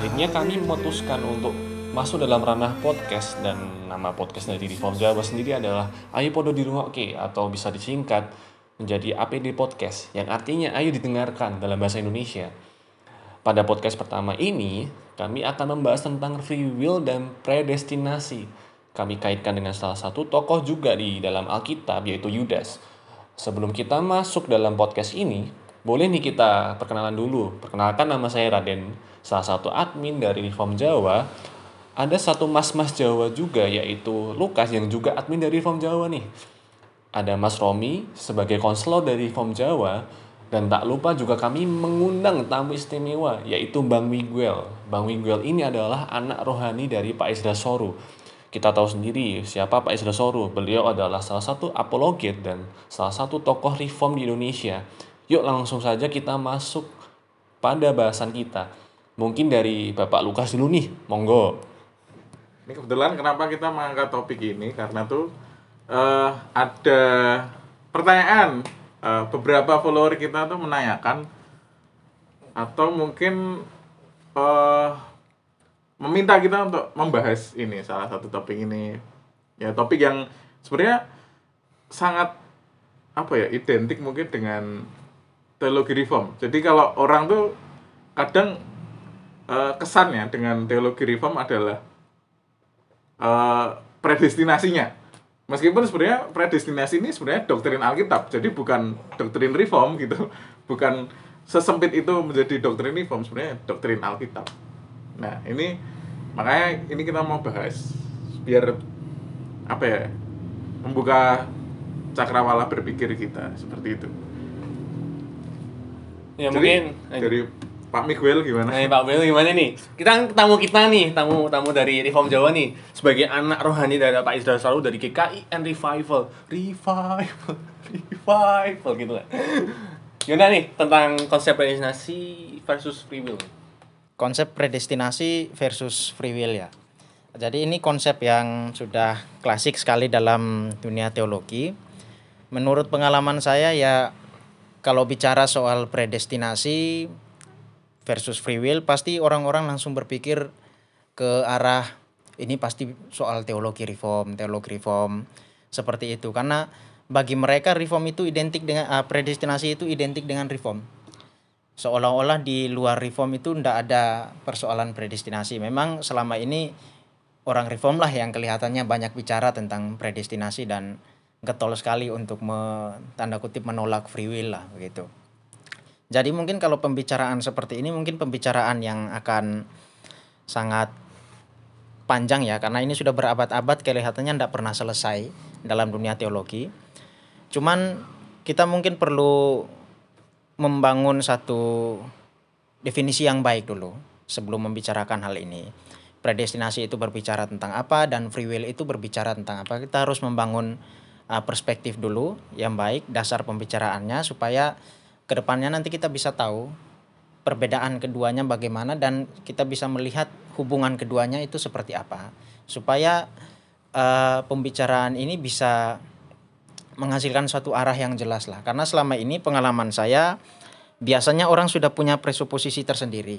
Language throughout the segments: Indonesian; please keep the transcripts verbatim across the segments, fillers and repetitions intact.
Akhirnya kami memutuskan untuk masuk dalam ranah podcast, dan nama podcast dari Reform Jawa sendiri adalah Ayo Podo Dirungokke atau bisa disingkat menjadi A P D Podcast yang artinya ayo didengarkan dalam bahasa Indonesia. Pada podcast pertama ini, kami akan membahas tentang free will dan predestinasi. Kami kaitkan dengan salah satu tokoh juga di dalam Alkitab, yaitu Yudas. Sebelum kita masuk dalam podcast ini, boleh nih kita perkenalan dulu. Perkenalkan, nama saya Raden, salah satu admin dari Reform Jawa. Ada satu mas-mas Jawa juga, yaitu Lukas yang juga admin dari Reform Jawa nih. Ada Mas Romi sebagai konselor dari Reform Jawa. Dan tak lupa juga kami mengundang tamu istimewa, yaitu Bang Miguel. Bang Miguel ini adalah anak rohani dari Pak Isra Soru. Kita tahu sendiri siapa Pak Isra Soru. Beliau adalah salah satu apologet dan salah satu tokoh reform di Indonesia. Yuk langsung saja kita masuk pada bahasan kita. Mungkin dari Bapak Lukas dulu nih, monggo. Ini kebetulan kenapa kita mengangkat topik ini, karena tuh uh, ada pertanyaan. Uh, beberapa follower kita tuh menanyakan atau mungkin uh, meminta kita untuk membahas ini, salah satu topik ini. Ya, topik yang sebenarnya sangat apa ya, identik mungkin dengan teologi reform. Jadi kalau orang tuh kadang uh, kesannya dengan teologi reform adalah uh, predestinasinya. Meskipun sebenarnya predestinasi ini sebenarnya doktrin Alkitab, jadi bukan doktrin reform gitu, bukan sesempit itu menjadi doktrin reform, sebenarnya doktrin Alkitab. Nah ini makanya ini kita mau bahas biar apa ya, membuka cakrawala berpikir kita seperti itu. Ya, jadi, mungkin dari Pak Miguel gimana? Nah, Pak Miguel gimana nih? Kita tamu kita nih, tamu tamu dari Reform Jawa nih, sebagai anak rohani dari Pak Isra Soru dari G K I and Revival, Revival, Revival gitu lah. Gimana nih tentang konsep predestinasi versus free will? Konsep predestinasi versus free will ya. Jadi ini konsep yang sudah klasik sekali dalam dunia teologi. Menurut pengalaman saya ya, kalau bicara soal predestinasi versus free will, pasti orang-orang langsung berpikir ke arah ini pasti soal teologi reform, teologi reform seperti itu. Karena bagi mereka reform itu identik dengan uh, predestinasi itu identik dengan reform. Seolah-olah di luar reform itu tidak ada persoalan predestinasi. Memang selama ini orang reform lah yang kelihatannya banyak bicara tentang predestinasi dan getol sekali untuk me, tanda kutip menolak free will lah begitu. Jadi mungkin kalau pembicaraan seperti ini mungkin pembicaraan yang akan sangat panjang ya, karena ini sudah berabad-abad kelihatannya tidak pernah selesai dalam dunia teologi. Cuman kita mungkin perlu membangun satu definisi yang baik dulu sebelum membicarakan hal ini. Predestinasi itu berbicara tentang apa dan free will itu berbicara tentang apa. Kita harus membangun uh, perspektif dulu yang baik, dasar pembicaraannya, supaya kedepannya nanti kita bisa tahu perbedaan keduanya bagaimana dan kita bisa melihat hubungan keduanya itu seperti apa, supaya uh, pembicaraan ini bisa menghasilkan suatu arah yang jelas lah. Karena selama ini pengalaman saya, biasanya orang sudah punya presuposisi tersendiri,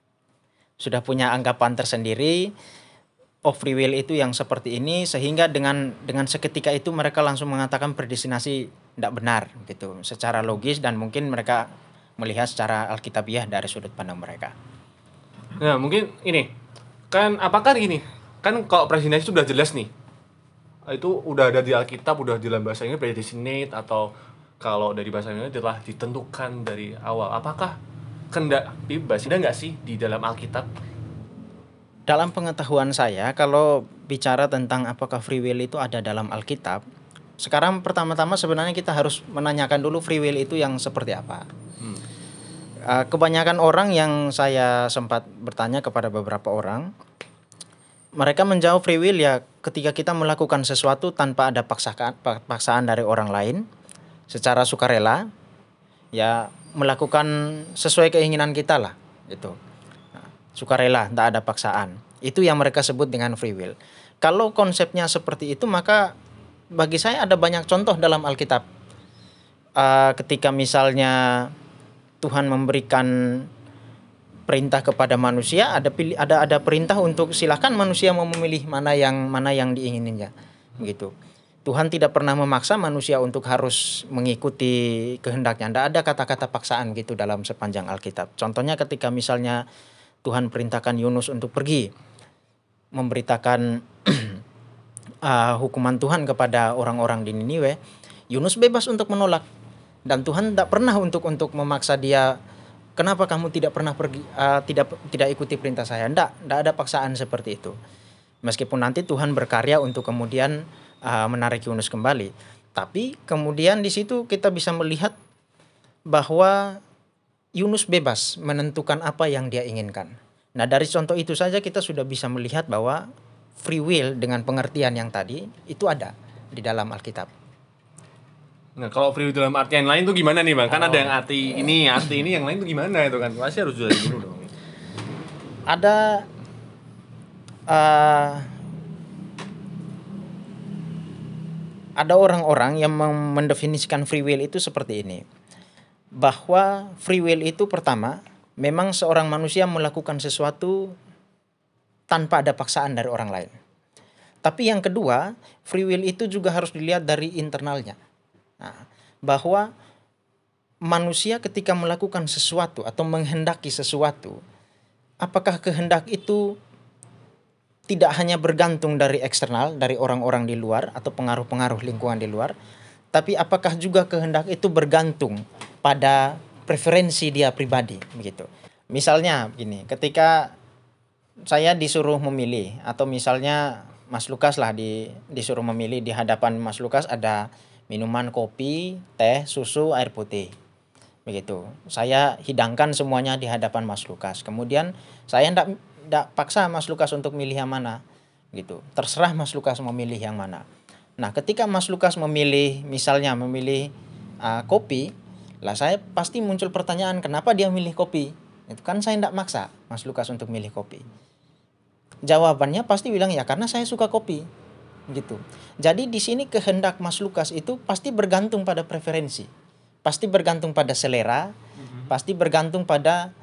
sudah punya anggapan tersendiri, oh free will itu yang seperti ini, sehingga dengan dengan seketika itu mereka langsung mengatakan predestinasi tidak benar gitu secara logis, dan mungkin mereka melihat secara alkitabiah dari sudut pandang mereka. Nah mungkin ini kan apakah gini kan, kalau predestinasi itu sudah jelas nih, itu udah ada di Alkitab, udah di dalam bahasa Inggris predestinate, atau kalau dari bahasa Inggris telah ditentukan dari awal. Apakah kehendak bebas ada nggak sih di dalam Alkitab? Dalam pengetahuan saya, kalau bicara tentang apakah free will itu ada dalam Alkitab, sekarang pertama-tama sebenarnya kita harus menanyakan dulu free will itu yang seperti apa. Hmm. Uh, kebanyakan orang yang saya sempat bertanya kepada beberapa orang, mereka menjawab free will ya ketika kita melakukan sesuatu tanpa ada paksaan, paksaan dari orang lain, secara sukarela, ya melakukan sesuai keinginan kita lah, gitu. Nah, sukarela, tak ada paksaan. Itu yang mereka sebut dengan free will. Kalau konsepnya seperti itu, maka bagi saya ada banyak contoh dalam Alkitab. Uh, ketika misalnya Tuhan memberikan perintah kepada manusia, ada pilih ada ada perintah untuk silakan manusia mau memilih mana yang mana yang diingininya. Begitu. Tuhan tidak pernah memaksa manusia untuk harus mengikuti kehendaknya. Tidak ada kata-kata paksaan gitu dalam sepanjang Alkitab. Contohnya ketika misalnya Tuhan perintahkan Yunus untuk pergi memberitakan uh, hukuman Tuhan kepada orang-orang di Niniwe, Yunus bebas untuk menolak. Dan Tuhan tidak pernah untuk untuk memaksa dia, kenapa kamu tidak pernah pergi, uh, tidak tidak ikuti perintah saya. Tidak, tidak ada paksaan seperti itu. Meskipun nanti Tuhan berkarya untuk kemudian uh, menarik Yunus kembali. Tapi kemudian di situ kita bisa melihat bahwa Yunus bebas menentukan apa yang dia inginkan. Nah, dari contoh itu saja kita sudah bisa melihat bahwa free will dengan pengertian yang tadi itu ada di dalam Alkitab. Nah, kalau free will dalam artian lain tuh gimana nih, Bang? Kan oh. ada yang arti ini, arti ini, yang lain tuh gimana itu kan? Pasti harus dari dulu dong. Ada uh, ada orang-orang yang mendefinisikan free will itu seperti ini. Bahwa free will itu pertama, memang seorang manusia melakukan sesuatu tanpa ada paksaan dari orang lain. Tapi yang kedua, free will itu juga harus dilihat dari internalnya. Nah, bahwa manusia ketika melakukan sesuatu atau menghendaki sesuatu, apakah kehendak itu tidak hanya bergantung dari eksternal, dari orang-orang di luar atau pengaruh-pengaruh lingkungan di luar, tapi apakah juga kehendak itu bergantung pada preferensi dia pribadi, begitu. Misalnya begini, ketika saya disuruh memilih, atau misalnya Mas Lukas lah di, disuruh memilih, di hadapan Mas Lukas ada minuman kopi, teh, susu, air putih. Begitu. Saya hidangkan semuanya di hadapan Mas Lukas. Kemudian saya tidak tidak paksa Mas Lukas untuk milih yang mana. Gitu. Terserah Mas Lukas memilih yang mana. Nah, ketika Mas Lukas memilih, misalnya memilih uh, kopi, lah saya pasti muncul pertanyaan, kenapa dia milih kopi? Itu kan saya tidak maksa Mas Lukas untuk milih kopi. Jawabannya pasti bilang ya karena saya suka kopi. Gitu. Jadi di sini kehendak Mas Lukas itu pasti bergantung pada preferensi, pasti bergantung pada selera, mm-hmm. pasti bergantung pada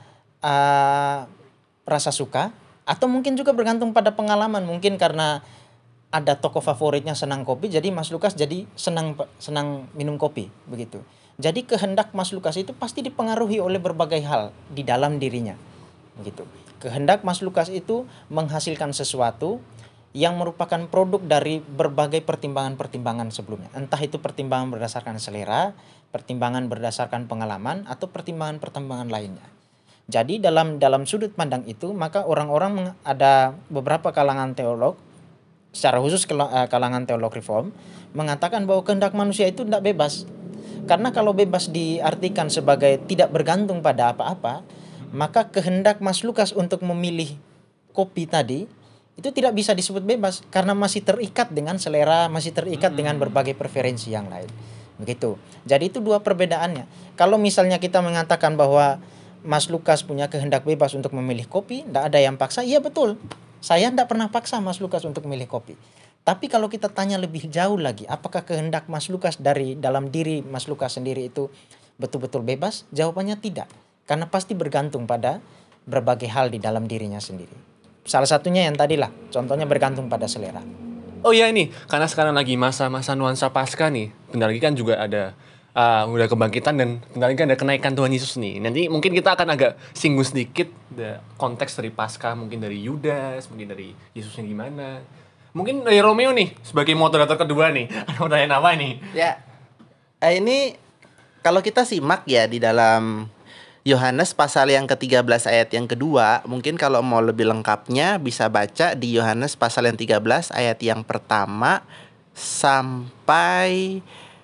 uh, rasa suka, atau mungkin juga bergantung pada pengalaman. Mungkin karena ada tokoh favoritnya senang kopi, jadi Mas Lukas jadi senang senang minum kopi, begitu. Jadi kehendak Mas Lukas itu pasti dipengaruhi oleh berbagai hal di dalam dirinya, begitu. Kehendak Mas Lukas itu menghasilkan sesuatu yang merupakan produk dari berbagai pertimbangan-pertimbangan sebelumnya. Entah itu pertimbangan berdasarkan selera, pertimbangan berdasarkan pengalaman, atau pertimbangan-pertimbangan lainnya. Jadi dalam dalam sudut pandang itu, maka orang-orang meng, ada beberapa kalangan teolog, secara khusus kalangan teolog reform, mengatakan bahwa kehendak manusia itu tidak bebas. Karena kalau bebas diartikan sebagai tidak bergantung pada apa-apa, maka kehendak Mas Lukas untuk memilih kopi tadi itu tidak bisa disebut bebas karena masih terikat dengan selera, masih terikat hmm. dengan berbagai preferensi yang lain. Begitu. Jadi itu dua perbedaannya. Kalau misalnya kita mengatakan bahwa Mas Lukas punya kehendak bebas untuk memilih kopi, tidak ada yang paksa, iya betul. Saya tidak pernah paksa Mas Lukas untuk memilih kopi. Tapi kalau kita tanya lebih jauh lagi, apakah kehendak Mas Lukas dari dalam diri Mas Lukas sendiri itu betul-betul bebas? Jawabannya tidak. Karena pasti bergantung pada berbagai hal di dalam dirinya sendiri. Salah satunya yang tadi lah, contohnya bergantung pada selera. Oh iya ini, karena sekarang lagi masa-masa nuansa Paskah nih, bentar lagi kan juga ada uh, udah kebangkitan dan bentar lagi kan ada kenaikan Tuhan Yesus nih. Nanti mungkin kita akan agak singgung sedikit the konteks dari Paskah, mungkin dari Yudas, mungkin dari Yesusnya gimana. Mungkin dari Romeo nih, sebagai moderator kedua nih, ada mau tanya apa nih? Ya, eh, ini kalau kita simak ya di dalam Yohanes pasal yang ke tiga belas ayat yang kedua, mungkin kalau mau lebih lengkapnya bisa baca di Yohanes pasal yang tiga belas ayat yang pertama sampai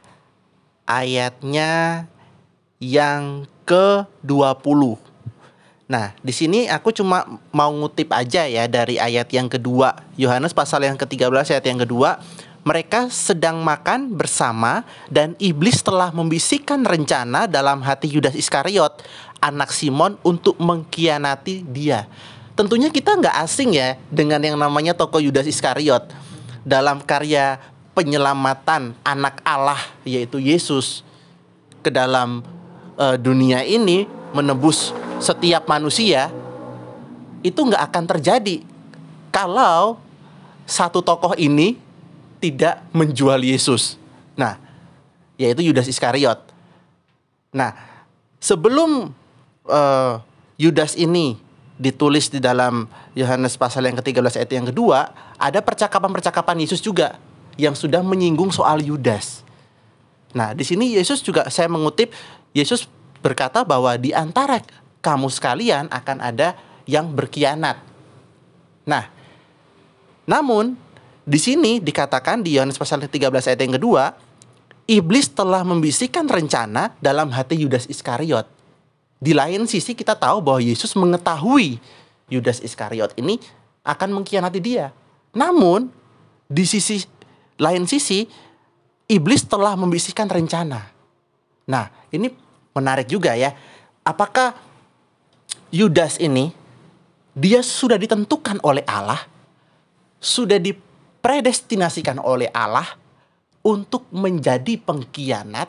ayatnya yang ke dua puluh. Nah, di sini aku cuma mau ngutip aja ya dari ayat yang kedua. Yohanes pasal yang ke tiga belas ayat yang kedua. Mereka sedang makan bersama dan iblis telah membisikkan rencana dalam hati Yudas Iskariot, anak Simon, untuk mengkhianati dia. Tentunya kita nggak asing ya dengan yang namanya tokoh Yudas Iskariot. Dalam karya penyelamatan anak Allah yaitu Yesus ke dalam uh, dunia ini menebus setiap manusia, itu nggak akan terjadi kalau satu tokoh ini tidak menjual Yesus. Nah, yaitu Yudas Iskariot. Nah, sebelum uh, Yudas ini ditulis di dalam Yohanes pasal yang ketiga belas ayat yang kedua, ada percakapan-percakapan Yesus juga yang sudah menyinggung soal Yudas. Nah, di sini Yesus juga, saya mengutip, Yesus berkata bahwa di antara kamu sekalian akan ada yang berkhianat. Nah, namun di sini dikatakan di Yohanes pasal tiga belas ayat yang kedua, iblis telah membisikkan rencana dalam hati Yudas Iskariot. Di lain sisi kita tahu bahwa Yesus mengetahui Yudas Iskariot ini akan mengkhianati dia. Namun di sisi lain sisi iblis telah membisikkan rencana. Nah, ini menarik juga ya. Apakah Yudas ini dia sudah ditentukan oleh Allah, sudah dipredestinasikan oleh Allah untuk menjadi pengkhianat,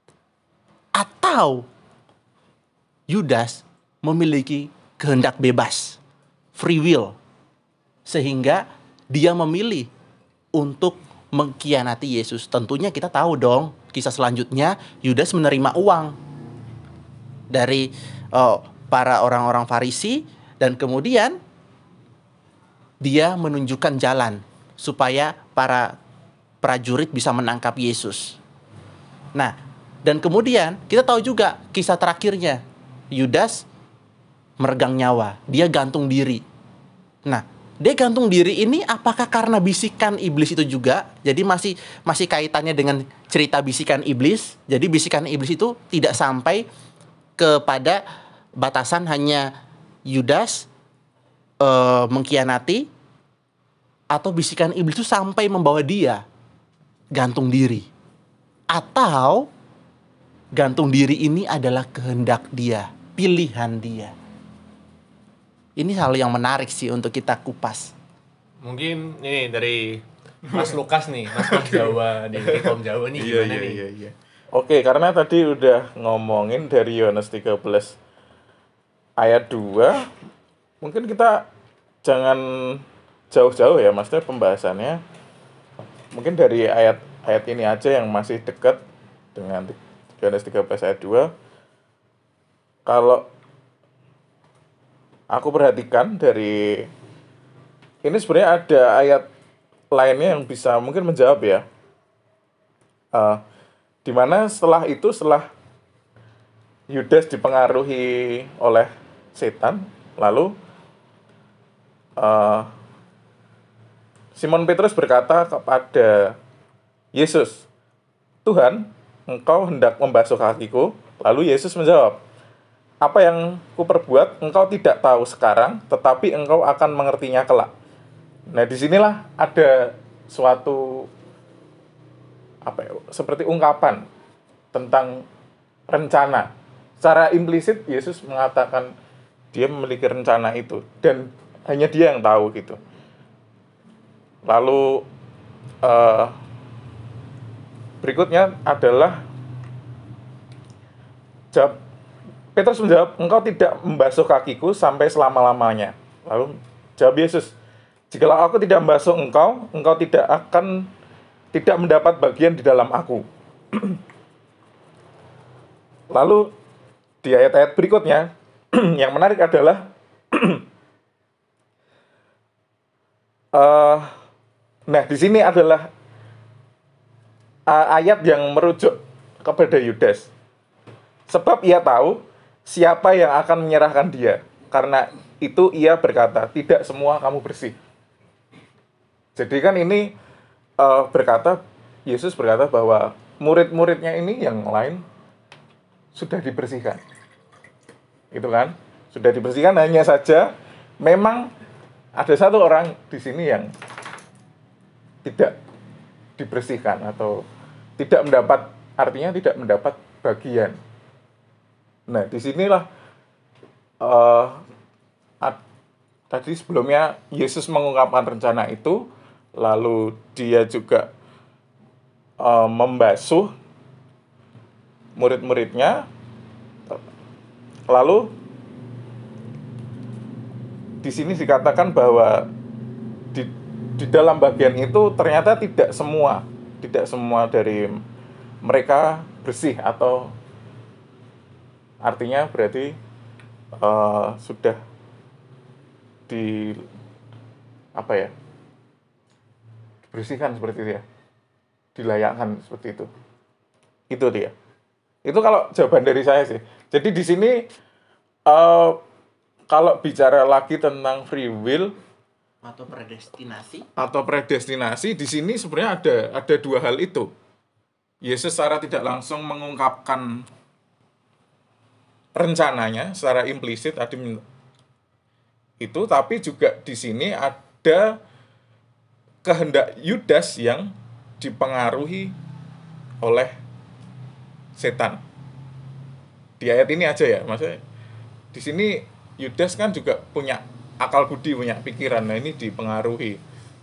atau Yudas memiliki kehendak bebas, free will, sehingga dia memilih untuk mengkhianati Yesus? Tentunya kita tahu dong kisah selanjutnya, Yudas menerima uang dari uh, para orang-orang Farisi, dan kemudian dia menunjukkan jalan supaya para prajurit bisa menangkap Yesus. Nah, dan kemudian kita tahu juga kisah terakhirnya, Yudas meregang nyawa, dia gantung diri. Nah, dia gantung diri ini apakah karena bisikan iblis itu juga? Jadi masih masih kaitannya dengan cerita bisikan iblis. Jadi bisikan iblis itu tidak sampai kepada batasan hanya Yudas uh, mengkhianati, atau bisikan iblis itu sampai membawa dia gantung diri, atau gantung diri ini adalah kehendak dia, pilihan dia. Ini hal yang menarik sih untuk kita kupas. Mungkin ini dari Mas Lukas nih, Mas Mas Jawa di Reform Jawa nih, Iya, gimana iya, nih? iya, iya. Oke, karena tadi udah ngomongin dari Yohanes tiga belas ayat dua, mungkin kita jangan jauh-jauh ya, maksudnya pembahasannya mungkin dari ayat ayat ini aja yang masih dekat dengan Yohanes tiga belas ayat dua. Kalau aku perhatikan dari ini, sebenarnya ada ayat lainnya yang bisa mungkin menjawab ya. Uh, dimana setelah itu, setelah Yudas dipengaruhi oleh setan, lalu uh, Simon Petrus berkata kepada Yesus, "Tuhan, Engkau hendak membasuh kakiku?" Lalu Yesus menjawab, "Apa yang kuperbuat engkau tidak tahu sekarang, tetapi engkau akan mengertinya kelak." Nah, disinilah ada suatu apa ya, seperti ungkapan tentang rencana. Secara implisit Yesus mengatakan dia memiliki rencana itu dan hanya dia yang tahu gitu. Lalu uh, berikutnya adalah jawab, Petrus menjawab, "Engkau tidak membasuh kakiku sampai selama-lamanya." Lalu jawab Yesus, "Jikalau aku tidak membasuh engkau, engkau tidak akan tidak mendapat bagian di dalam aku." Lalu di ayat-ayat berikutnya yang menarik adalah uh, nah di sini adalah uh, ayat yang merujuk kepada Yudas. Sebab ia tahu siapa yang akan menyerahkan dia. Karena itu ia berkata, "Tidak semua kamu bersih." Jadi kan ini uh, berkata, Yesus berkata bahwa murid-muridnya ini yang lain sudah dibersihkan. Itu kan? Sudah dibersihkan, hanya saja memang ada satu orang di sini yang tidak dibersihkan atau tidak mendapat, artinya tidak mendapat bagian. Nah, disinilah uh, ad, tadi sebelumnya Yesus mengungkapkan rencana itu, lalu dia juga uh, membasuh murid-muridnya, lalu di sini dikatakan bahwa di di dalam bagian itu ternyata tidak semua tidak semua dari mereka bersih, atau artinya berarti uh, sudah di apa ya dibersihkan seperti itu ya, dilayakkan seperti itu. Itu dia. Itu kalau jawaban dari saya sih. Jadi di sini uh, kalau bicara lagi tentang free will Atau predestinasi. atau predestinasi, di sini sebenarnya ada ada dua hal itu. Yesus secara tidak langsung mengungkapkan rencananya secara implisit tadi itu, tapi juga di sini ada kehendak Yudas yang dipengaruhi oleh setan. Di ayat ini aja ya, maksudnya di sini Yudas kan juga punya akal budi, punya pikiran. Nah, ini dipengaruhi.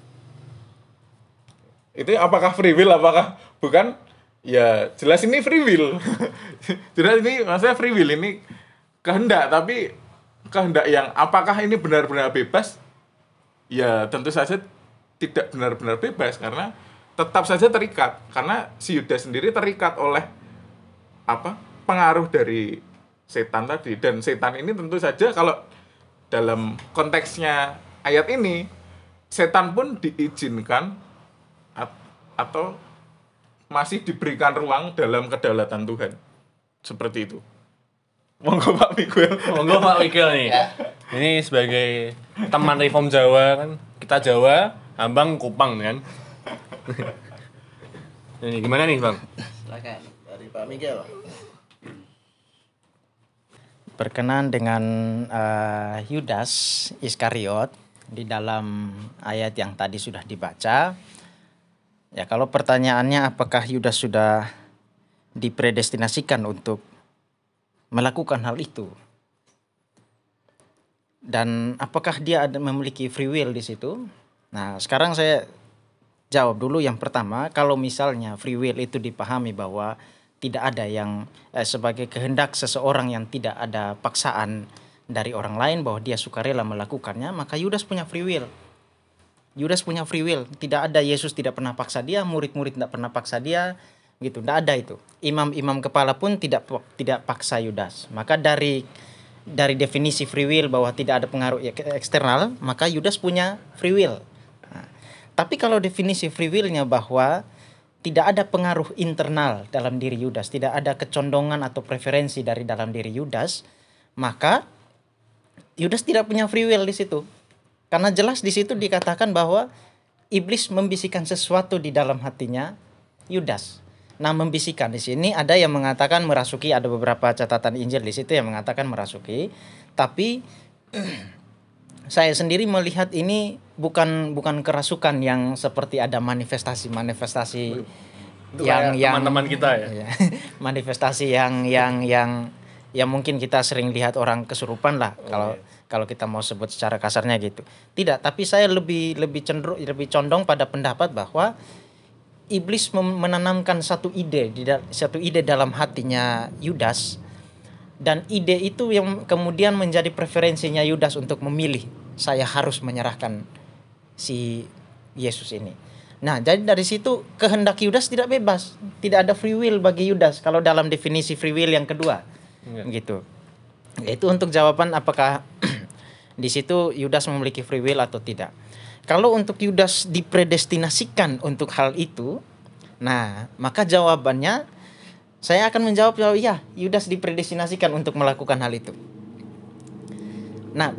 Itu apakah free will, apakah bukan? Ya, jelas ini free will. Jelas ini maksudnya free will ini kehendak, tapi kehendak yang apakah ini benar-benar bebas? Ya, tentu saja tidak benar-benar bebas, karena tetap saja terikat, karena si Yudas sendiri terikat oleh apa? Pengaruh dari setan tadi. Dan setan ini tentu saja kalau dalam konteksnya ayat ini, setan pun diizinkan at- atau masih diberikan ruang dalam kedaulatan Tuhan. Seperti itu. Monggo Pak Miguel. Monggo Pak Miguel nih. Ini sebagai teman Reform Jawa kan, kita Jawa, Abang Kupang kan. Ini gimana nih, Bang? Silakan dari Pak Miguel. Berkenan dengan uh, Yudas Iskariot di dalam ayat yang tadi sudah dibaca. Ya, kalau pertanyaannya apakah Yudas sudah dipredestinasikan untuk melakukan hal itu? Dan apakah dia ada memiliki free will di situ? Nah, sekarang saya jawab dulu yang pertama. Kalau misalnya free will itu dipahami bahwa tidak ada yang eh, sebagai kehendak seseorang yang tidak ada paksaan dari orang lain bahwa dia sukarela melakukannya, maka Yudas punya free will. Yudas punya free will. Tidak ada, Yesus tidak pernah paksa dia, murid-murid tidak pernah paksa dia, gitu. Tidak ada itu. Imam-imam kepala pun tidak tidak paksa Yudas. Maka dari dari definisi free will bahwa tidak ada pengaruh eksternal, maka Yudas punya free will. Nah, tapi kalau definisi free will-nya bahwa tidak ada pengaruh internal dalam diri Yudas, tidak ada kecondongan atau preferensi dari dalam diri Yudas, maka Yudas tidak punya free will di situ. Karena jelas di situ dikatakan bahwa iblis membisikkan sesuatu di dalam hatinya Yudas. Nah, membisikkan di sini ada yang mengatakan merasuki, ada beberapa catatan Injil di situ yang mengatakan merasuki, tapi saya sendiri melihat ini bukan bukan kerasukan yang seperti ada manifestasi-manifestasi yang yang teman-teman kita ya. ya manifestasi yang yang yang yang mungkin kita sering lihat orang kesurupan lah, oh, kalau iya. kalau kita mau sebut secara kasarnya gitu. Tidak, tapi saya lebih lebih cenderung lebih condong pada pendapat bahwa iblis menanamkan satu ide di satu ide dalam hatinya Yudas, dan ide itu yang kemudian menjadi preferensinya Yudas untuk memilih, saya harus menyerahkan si Yesus ini. Nah, jadi dari situ kehendak Yudas tidak bebas, tidak ada free will bagi Yudas kalau dalam definisi free will yang kedua. Ya. Gitu. Itu untuk jawaban apakah di situ Yudas memiliki free will atau tidak. Kalau untuk Yudas dipredestinasikan untuk hal itu, nah, maka jawabannya saya akan menjawab bahwa ya, Yudas dipredestinasikan untuk melakukan hal itu. Nah,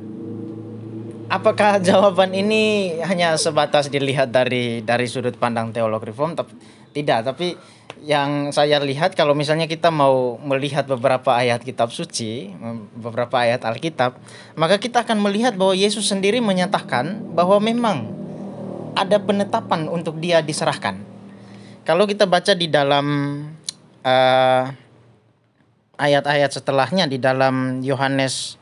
apakah jawaban ini hanya sebatas dilihat dari dari sudut pandang teolog reform? Tidak, tapi yang saya lihat kalau misalnya kita mau melihat beberapa ayat kitab suci, beberapa ayat Alkitab, maka kita akan melihat bahwa Yesus sendiri menyatakan bahwa memang ada penetapan untuk dia diserahkan. Kalau kita baca di dalam uh, ayat-ayat setelahnya, di dalam Yohanes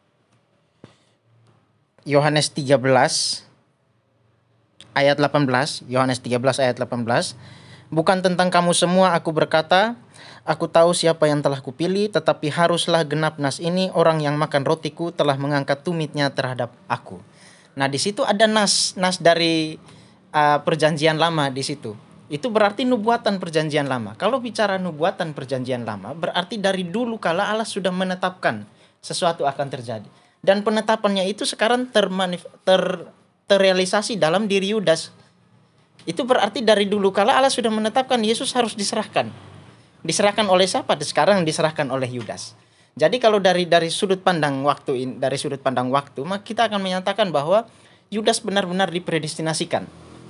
Yohanes tiga belas ayat delapan belas, Yohanes tiga belas ayat delapan belas, Bukan tentang kamu semua aku berkata, aku tahu siapa yang telah kupilih, tetapi haruslah genap nas ini, orang yang makan rotiku telah mengangkat tumitnya terhadap aku. Nah, di situ ada nas nas dari uh, perjanjian lama di situ. Itu berarti nubuatan perjanjian lama. Kalau bicara nubuatan perjanjian lama, berarti dari dulu kala Allah sudah menetapkan sesuatu akan terjadi. Dan penetapannya itu sekarang termanif- ter terrealisasi dalam diri Yudas. Itu berarti dari dulu kala Allah sudah menetapkan Yesus harus diserahkan. Diserahkan oleh siapa? Sekarang diserahkan oleh Yudas. Jadi kalau dari dari sudut pandang waktu dari sudut pandang waktu, maka kita akan menyatakan bahwa Yudas benar-benar dipredestinasikan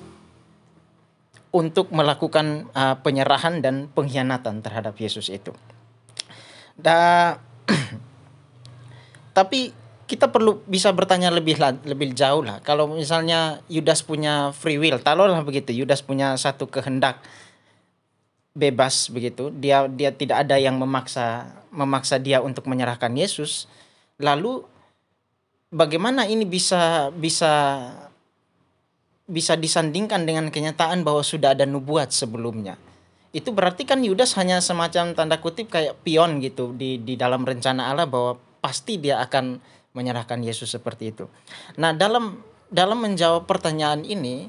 untuk melakukan uh, penyerahan dan pengkhianatan terhadap Yesus itu. Da, tapi kita perlu bisa bertanya lebih lebih jauh lah. Kalau misalnya Yudas punya free will, taruhlah begitu, Yudas punya satu kehendak bebas begitu, dia dia tidak ada yang memaksa memaksa dia untuk menyerahkan Yesus. Lalu bagaimana ini bisa bisa bisa disandingkan dengan kenyataan bahwa sudah ada nubuat sebelumnya? Itu berarti kan Yudas hanya semacam tanda kutip kayak pion gitu di di dalam rencana Allah bahwa pasti dia akan menyerahkan Yesus seperti itu. Nah, dalam dalam menjawab pertanyaan ini,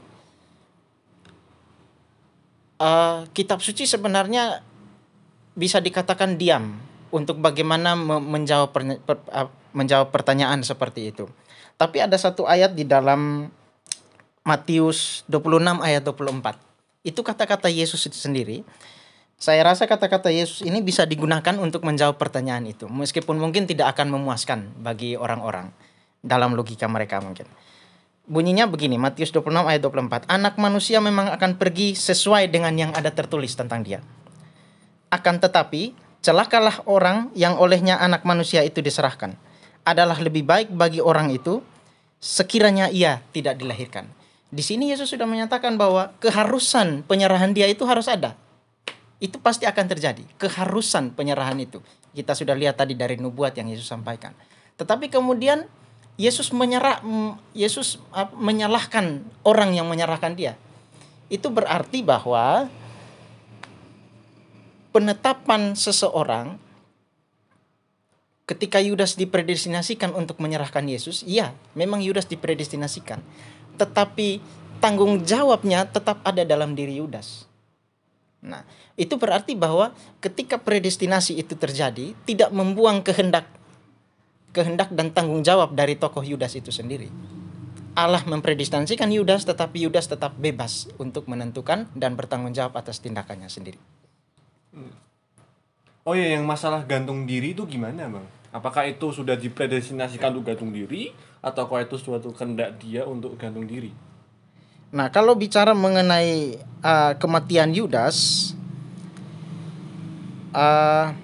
uh, kitab suci sebenarnya bisa dikatakan diam untuk bagaimana me- menjawab per- per- uh, menjawab pertanyaan seperti itu. Tapi ada satu ayat di dalam Matius dua puluh enam ayat dua puluh empat. Itu kata-kata Yesus itu sendiri. Saya rasa kata-kata Yesus ini bisa digunakan untuk menjawab pertanyaan itu. Meskipun mungkin tidak akan memuaskan bagi orang-orang dalam logika mereka mungkin. Bunyinya begini, Matius dua puluh enam ayat dua puluh empat. Anak manusia memang akan pergi sesuai dengan yang ada tertulis tentang dia. Akan tetapi, celakalah orang yang olehnya anak manusia itu diserahkan. Adalah lebih baik bagi orang itu sekiranya ia tidak dilahirkan. Di sini Yesus sudah menyatakan bahwa keharusan penyerahan dia itu harus ada. Itu pasti akan terjadi, keharusan penyerahan itu. Kita sudah lihat tadi dari nubuat yang Yesus sampaikan. Tetapi kemudian Yesus menyerah, Yesus menyalahkan orang yang menyerahkan dia. Itu berarti bahwa penetapan seseorang ketika Yudas dipredestinasikan untuk menyerahkan Yesus, iya, memang Yudas dipredestinasikan. Tetapi tanggung jawabnya tetap ada dalam diri Yudas. Nah, itu berarti bahwa ketika predestinasi itu terjadi, tidak membuang kehendak kehendak dan tanggung jawab dari tokoh Yudas itu sendiri. Allah mempredestinasikan Yudas, tetapi Yudas tetap bebas untuk menentukan dan bertanggung jawab atas tindakannya sendiri. Oh ya, yang masalah gantung diri itu gimana, Bang? Apakah itu sudah dipredestinasikan untuk gantung diri, ataukah itu suatu kehendak dia untuk gantung diri? Nah, kalau bicara mengenai uh, kematian Yudas, uh,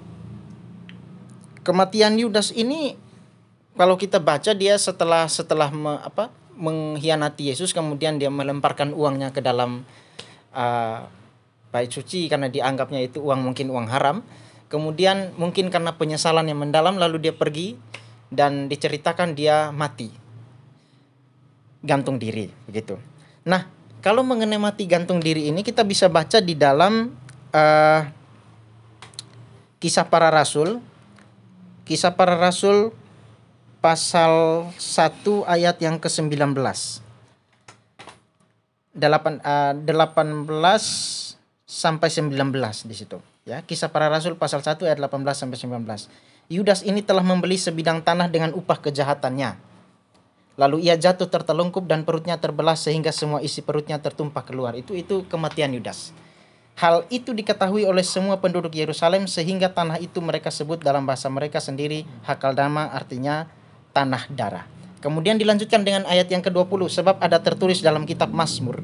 kematian Yudas ini kalau kita baca dia setelah setelah me, apa, mengkhianati Yesus, kemudian dia melemparkan uangnya ke dalam uh, bait suci karena dianggapnya itu uang mungkin uang haram. Kemudian mungkin karena penyesalan yang mendalam lalu dia pergi dan diceritakan dia mati, gantung diri begitu. Nah, kalau mengenai mati gantung diri ini kita bisa baca di dalam uh, Kisah Para Rasul. Kisah Para Rasul pasal satu ayat yang ke sembilan belas. delapan, uh, delapan belas sampai sembilan belas di situ. Ya, Kisah Para Rasul pasal satu ayat delapan belas sampai sembilan belas. Yudas ini telah membeli sebidang tanah dengan upah kejahatannya. Lalu ia jatuh tertelungkup dan perutnya terbelah sehingga semua isi perutnya tertumpah keluar. Itu itu kematian Yudas. Hal itu diketahui oleh semua penduduk Yerusalem sehingga tanah itu mereka sebut dalam bahasa mereka sendiri Hakaldama, artinya tanah darah. Kemudian dilanjutkan dengan ayat yang ke dua puluh, sebab ada tertulis dalam kitab Mazmur,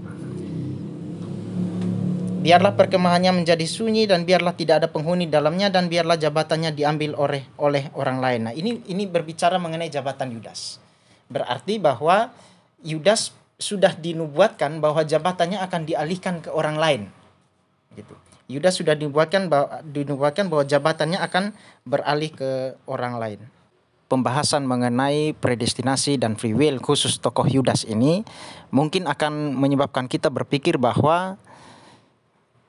biarlah perkemahannya menjadi sunyi dan biarlah tidak ada penghuni dalamnya dan biarlah jabatannya diambil oleh oleh orang lain. Nah, ini ini berbicara mengenai jabatan Yudas. Berarti bahwa Yudas sudah dinubuatkan bahwa jabatannya akan dialihkan ke orang lain. Gitu. Yudas sudah dinubuatkan bahwa dinubuatkan bahwa jabatannya akan beralih ke orang lain. Pembahasan mengenai predestinasi dan free will khusus tokoh Yudas ini mungkin akan menyebabkan kita berpikir bahwa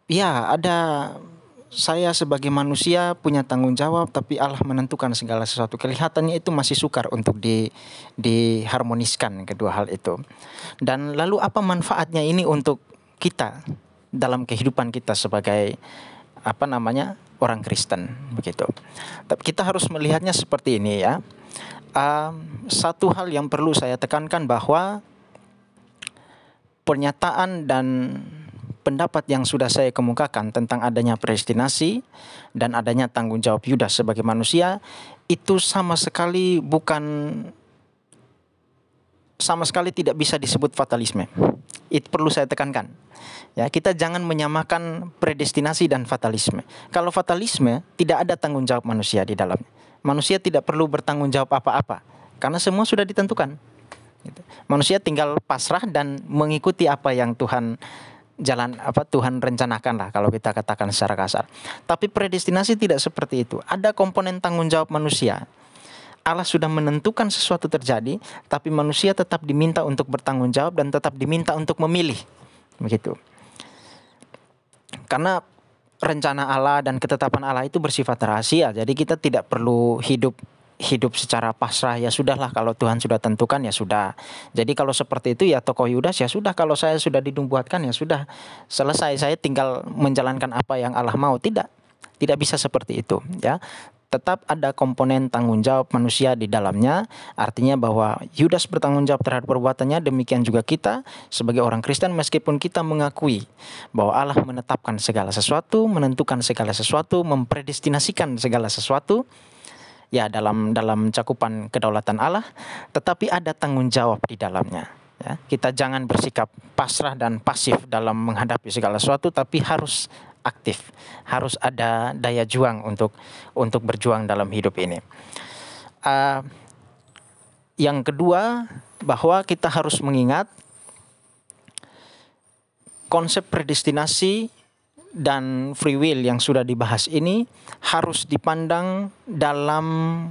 Ya, ada saya sebagai manusia punya tanggung jawab, tapi Allah menentukan segala sesuatu. Kelihatannya itu masih sukar untuk di diharmoniskan kedua hal itu. Dan lalu apa manfaatnya ini untuk kita dalam kehidupan kita sebagai apa namanya orang Kristen begitu. Tapi kita harus melihatnya seperti ini ya. Um, satu hal yang perlu saya tekankan bahwa pernyataan dan pendapat yang sudah saya kemukakan tentang adanya predestinasi dan adanya tanggung jawab Yudas sebagai manusia itu sama sekali bukan sama sekali tidak bisa disebut fatalisme. Itu perlu saya tekankan. Ya, kita jangan menyamakan predestinasi dan fatalisme. Kalau fatalisme tidak ada tanggung jawab manusia di dalamnya. Manusia tidak perlu bertanggung jawab apa-apa karena semua sudah ditentukan. Manusia tinggal pasrah dan mengikuti apa yang Tuhan jalan apa Tuhan rencanakan lah kalau kita katakan secara kasar. Tapi predestinasi tidak seperti itu. Ada komponen tanggung jawab manusia. Allah sudah menentukan sesuatu terjadi, tapi manusia tetap diminta untuk bertanggung jawab dan tetap diminta untuk memilih. Begitu. Karena rencana Allah dan ketetapan Allah itu bersifat rahasia. Jadi kita tidak perlu hidup hidup secara pasrah, ya sudahlah kalau Tuhan sudah tentukan ya sudah. Jadi kalau seperti itu ya tokoh Yudas ya sudah, kalau saya sudah dinubuatkan ya sudah selesai, saya tinggal menjalankan apa yang Allah mau. Tidak, tidak bisa seperti itu ya. Tetap ada komponen tanggung jawab manusia di dalamnya. Artinya bahwa Yudas bertanggung jawab terhadap perbuatannya, demikian juga kita sebagai orang Kristen meskipun kita mengakui bahwa Allah menetapkan segala sesuatu, menentukan segala sesuatu, mempredestinasikan segala sesuatu ya dalam dalam cakupan kedaulatan Allah, tetapi ada tanggung jawab di dalamnya. Ya, kita jangan bersikap pasrah dan pasif dalam menghadapi segala sesuatu, tapi harus aktif, harus ada daya juang untuk untuk berjuang dalam hidup ini. Uh, yang kedua, bahwa kita harus mengingat konsep predestinasi dan free will yang sudah dibahas ini harus dipandang dalam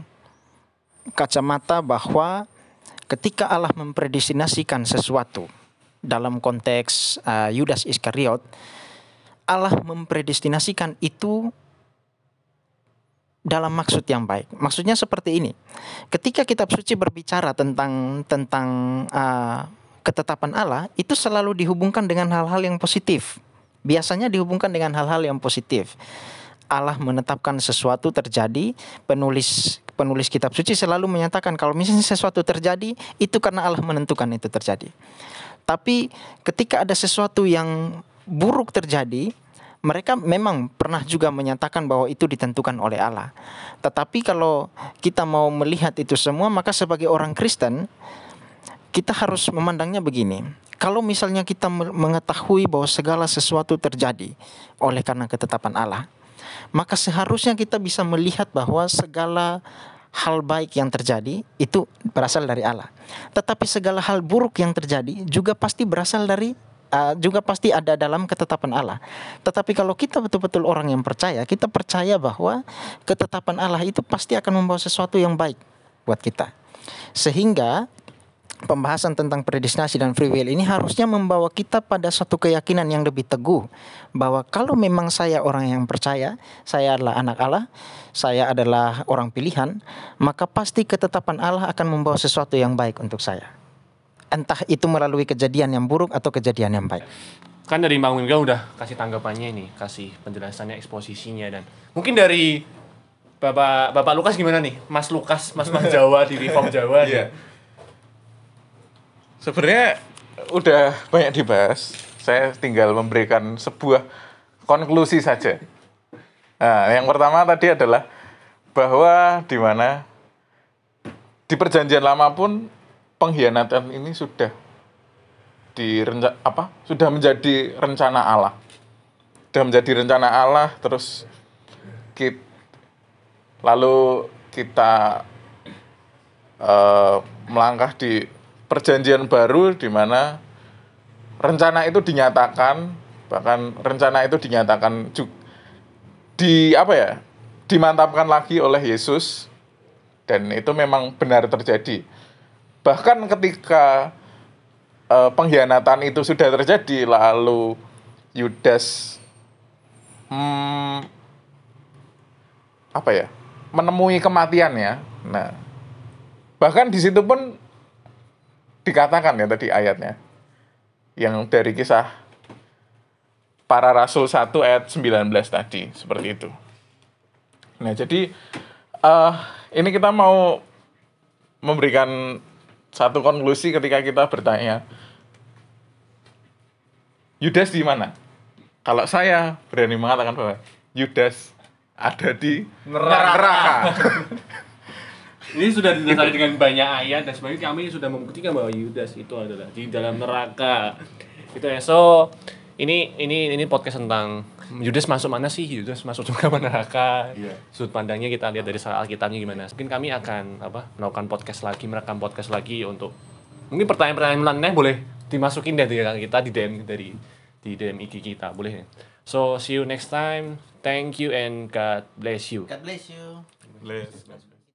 kacamata bahwa ketika Allah mempredestinasikan sesuatu dalam konteks uh, Yudas Iskariot, Allah mempredestinasikan itu dalam maksud yang baik. Maksudnya seperti ini. Ketika kitab suci berbicara tentang tentang uh, ketetapan Allah, itu selalu dihubungkan dengan hal-hal yang positif. Biasanya dihubungkan dengan hal-hal yang positif. Allah menetapkan sesuatu terjadi, penulis penulis kitab suci selalu menyatakan kalau misalnya sesuatu terjadi, itu karena Allah menentukan itu terjadi. Tapi ketika ada sesuatu yang buruk terjadi, mereka memang pernah juga menyatakan bahwa itu ditentukan oleh Allah. Tetapi kalau kita mau melihat itu semua, maka sebagai orang Kristen, kita harus memandangnya begini. Kalau misalnya kita mengetahui bahwa segala sesuatu terjadi oleh karena ketetapan Allah, maka seharusnya kita bisa melihat bahwa segala hal baik yang terjadi itu berasal dari Allah. Tetapi segala hal buruk yang terjadi juga pasti berasal dari uh, juga pasti ada dalam ketetapan Allah. Tetapi kalau kita betul-betul orang yang percaya, kita percaya bahwa ketetapan Allah itu pasti akan membawa sesuatu yang baik buat kita. Sehingga pembahasan tentang predestinasi dan free will ini harusnya membawa kita pada satu keyakinan yang lebih teguh bahwa kalau memang saya orang yang percaya, saya adalah anak Allah, saya adalah orang pilihan, maka pasti ketetapan Allah akan membawa sesuatu yang baik untuk saya. Entah itu melalui kejadian yang buruk atau kejadian yang baik. Kan dari Bang Wilga udah kasih tanggapannya nih, kasih penjelasannya, eksposisinya, dan mungkin dari Bapak Bapak Lukas gimana nih? Mas Lukas, Mas Mas Jawa di Reform Jawa. Iya. Sebenarnya udah banyak dibahas. Saya tinggal memberikan sebuah konklusi saja. Nah, yang pertama tadi adalah bahwa di mana di Perjanjian Lama pun pengkhianatan ini sudah direnca apa? Sudah menjadi rencana Allah. Sudah menjadi rencana Allah, terus kita, lalu kita uh, melangkah di Perjanjian Baru di mana rencana itu dinyatakan, bahkan rencana itu dinyatakan juga, di apa ya? dimantapkan lagi oleh Yesus, dan itu memang benar terjadi. Bahkan ketika uh, pengkhianatan itu sudah terjadi, lalu Yudas hmm, apa ya? Menemui kematian ya. Nah, bahkan di situ pun dikatakan ya tadi ayatnya. Yang dari kisah para rasul satu ayat sembilan belas tadi, seperti itu. Nah, jadi uh, ini kita mau memberikan satu konklusi ketika kita bertanya, Yudas di mana? Kalau saya berani mengatakan bahwa Yudas ada di neraka. neraka. Ini sudah didasari dengan banyak ayat dan sebagainya, kami sudah membuktikan bahwa Yudas itu adalah di dalam neraka. Itu ya. So, ini ini ini podcast tentang Yudas masuk mana sih? Yudas masuk juga neraka. Yeah. Sudut pandangnya kita lihat dari Alkitabnya gimana. Mungkin kami akan apa? Melakukan podcast lagi, merekam podcast lagi untuk mungkin pertanyaan-pertanyaan lainnya boleh dimasukin dari kita di D M dari di D M I G kita, boleh. So, see you next time. Thank you and God bless you. God bless you. Bless.